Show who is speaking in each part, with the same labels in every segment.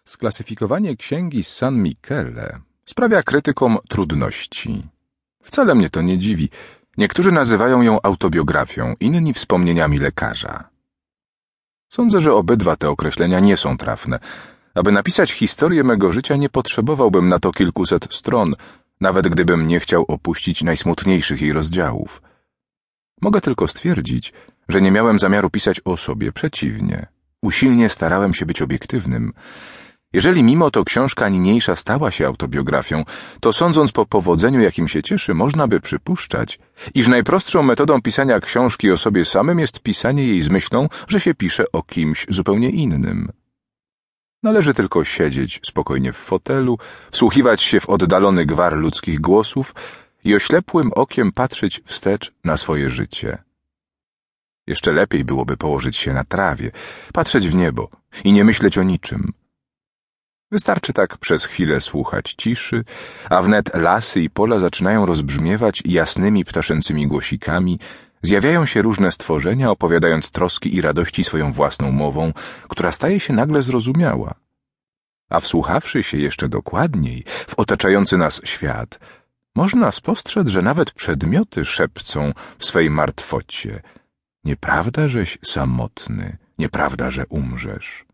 Speaker 1: Sklasyfikowanie księgi San Michele sprawia krytykom trudności. Wcale mnie to nie dziwi. Niektórzy nazywają ją autobiografią, inni wspomnieniami lekarza. Sądzę, że obydwa te określenia nie są trafne. Aby napisać historię mego życia, nie potrzebowałbym na to kilkuset stron, nawet gdybym nie chciał opuścić najsmutniejszych jej rozdziałów. Mogę tylko stwierdzić, że nie miałem zamiaru pisać o sobie, przeciwnie. Usilnie starałem się być obiektywnym. Jeżeli mimo to książka niniejsza stała się autobiografią, to sądząc po powodzeniu, jakim się cieszy, można by przypuszczać, iż najprostszą metodą pisania książki o sobie samym jest pisanie jej z myślą, że się pisze o kimś zupełnie innym. Należy tylko siedzieć spokojnie w fotelu, wsłuchiwać się w oddalony gwar ludzkich głosów i oślepłym okiem patrzeć wstecz na swoje życie. Jeszcze lepiej byłoby położyć się na trawie, patrzeć w niebo i nie myśleć o niczym. Wystarczy tak przez chwilę słuchać ciszy, a wnet lasy i pola zaczynają rozbrzmiewać jasnymi ptaszęcymi głosikami, zjawiają się różne stworzenia, opowiadając troski i radości swoją własną mową, która staje się nagle zrozumiała. A wsłuchawszy się jeszcze dokładniej w otaczający nas świat, można spostrzec, że nawet przedmioty szepcą w swej martwocie: nieprawda, żeś samotny, nieprawda, że umrzesz.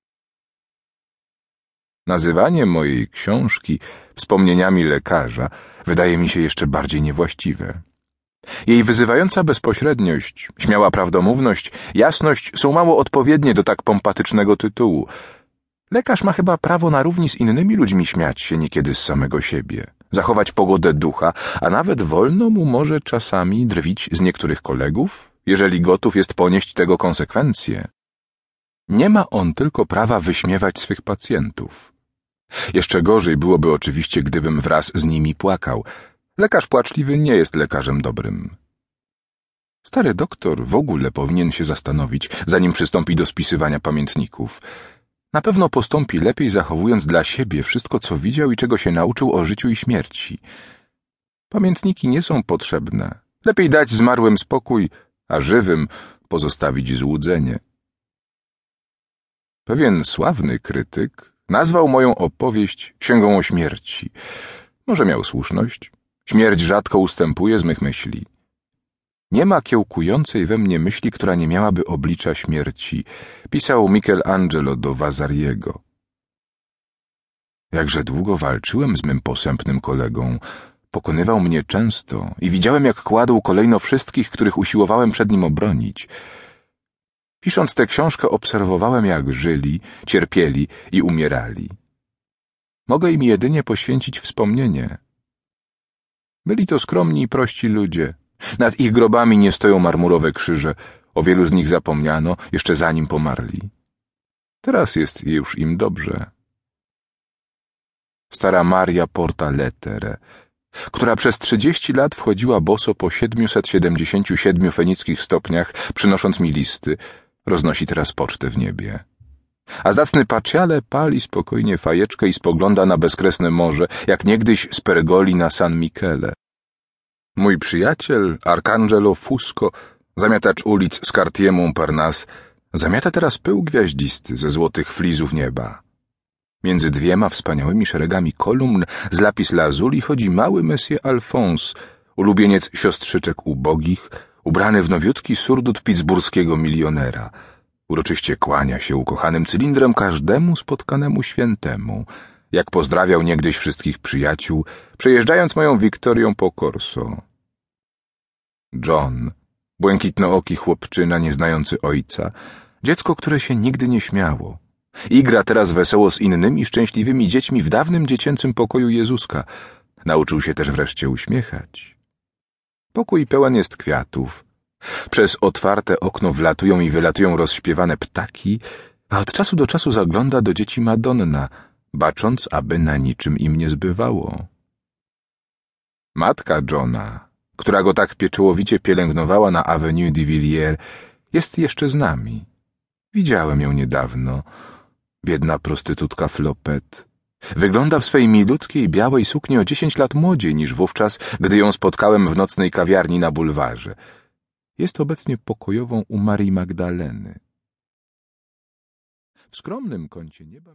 Speaker 1: Nazywanie mojej książki wspomnieniami lekarza wydaje mi się jeszcze bardziej niewłaściwe. Jej wyzywająca bezpośredniość, śmiała prawdomówność, jasność są mało odpowiednie do tak pompatycznego tytułu. Lekarz ma chyba prawo na równi z innymi ludźmi śmiać się niekiedy z samego siebie, zachować pogodę ducha, a nawet wolno mu może czasami drwić z niektórych kolegów, jeżeli gotów jest ponieść tego konsekwencje. Nie ma on tylko prawa wyśmiewać swych pacjentów. Jeszcze gorzej byłoby oczywiście, gdybym wraz z nimi płakał. Lekarz płaczliwy nie jest lekarzem dobrym. Stary doktor w ogóle powinien się zastanowić, zanim przystąpi do spisywania pamiętników. Na pewno postąpi lepiej, zachowując dla siebie wszystko, co widział i czego się nauczył o życiu i śmierci. Pamiętniki nie są potrzebne. Lepiej dać zmarłym spokój, a żywym pozostawić złudzenie. Pewien sławny krytyk nazwał moją opowieść księgą o śmierci. Może miał słuszność. Śmierć rzadko ustępuje z mych myśli. Nie ma kiełkującej we mnie myśli, która nie miałaby oblicza śmierci, pisał Michelangelo do Vasariego. Jakże długo walczyłem z mym posępnym kolegą. Pokonywał mnie często i widziałem, jak kładł kolejno wszystkich, których usiłowałem przed nim obronić. Pisząc tę książkę, obserwowałem, jak żyli, cierpieli i umierali. Mogę im jedynie poświęcić wspomnienie. Byli to skromni i prości ludzie. Nad ich grobami nie stoją marmurowe krzyże. O wielu z nich zapomniano, jeszcze zanim pomarli. Teraz jest już im dobrze. Stara Maria Porta Lettere, która przez 30 lat wchodziła boso po 777 fenickich stopniach, przynosząc mi listy, roznosi teraz pocztę w niebie. A zacny Paciale pali spokojnie fajeczkę i spogląda na bezkresne morze, jak niegdyś z pergoli na San Michele. Mój przyjaciel, Arcangelo Fusco, zamiatacz ulic z Quartier Montparnasse, zamiata teraz pył gwiaździsty ze złotych flizów nieba. Między dwiema wspaniałymi szeregami kolumn z lapis lazuli chodzi mały Messie Alphonse, ulubieniec siostrzyczek ubogich, ubrany w nowiutki surdut pittsburskiego milionera. Uroczyście kłania się ukochanym cylindrem każdemu spotkanemu świętemu, jak pozdrawiał niegdyś wszystkich przyjaciół, przejeżdżając moją Wiktorią po Corso. John, błękitnooki chłopczyna nieznający ojca, dziecko, które się nigdy nie śmiało, i gra teraz wesoło z innymi szczęśliwymi dziećmi w dawnym dziecięcym pokoju Jezuska. Nauczył się też wreszcie uśmiechać. Pokój pełen jest kwiatów. Przez otwarte okno wlatują i wylatują rozśpiewane ptaki, a od czasu do czasu zagląda do dzieci Madonna, bacząc, aby na niczym im nie zbywało. Matka Johna, która go tak pieczołowicie pielęgnowała na Avenue de Villiers, jest jeszcze z nami. Widziałem ją niedawno. Biedna prostytutka Flopet. Wygląda w swej milutkiej, białej sukni o 10 lat młodziej niż wówczas, gdy ją spotkałem w nocnej kawiarni na bulwarze. Jest obecnie pokojową u Marii Magdaleny. W skromnym kącie nieba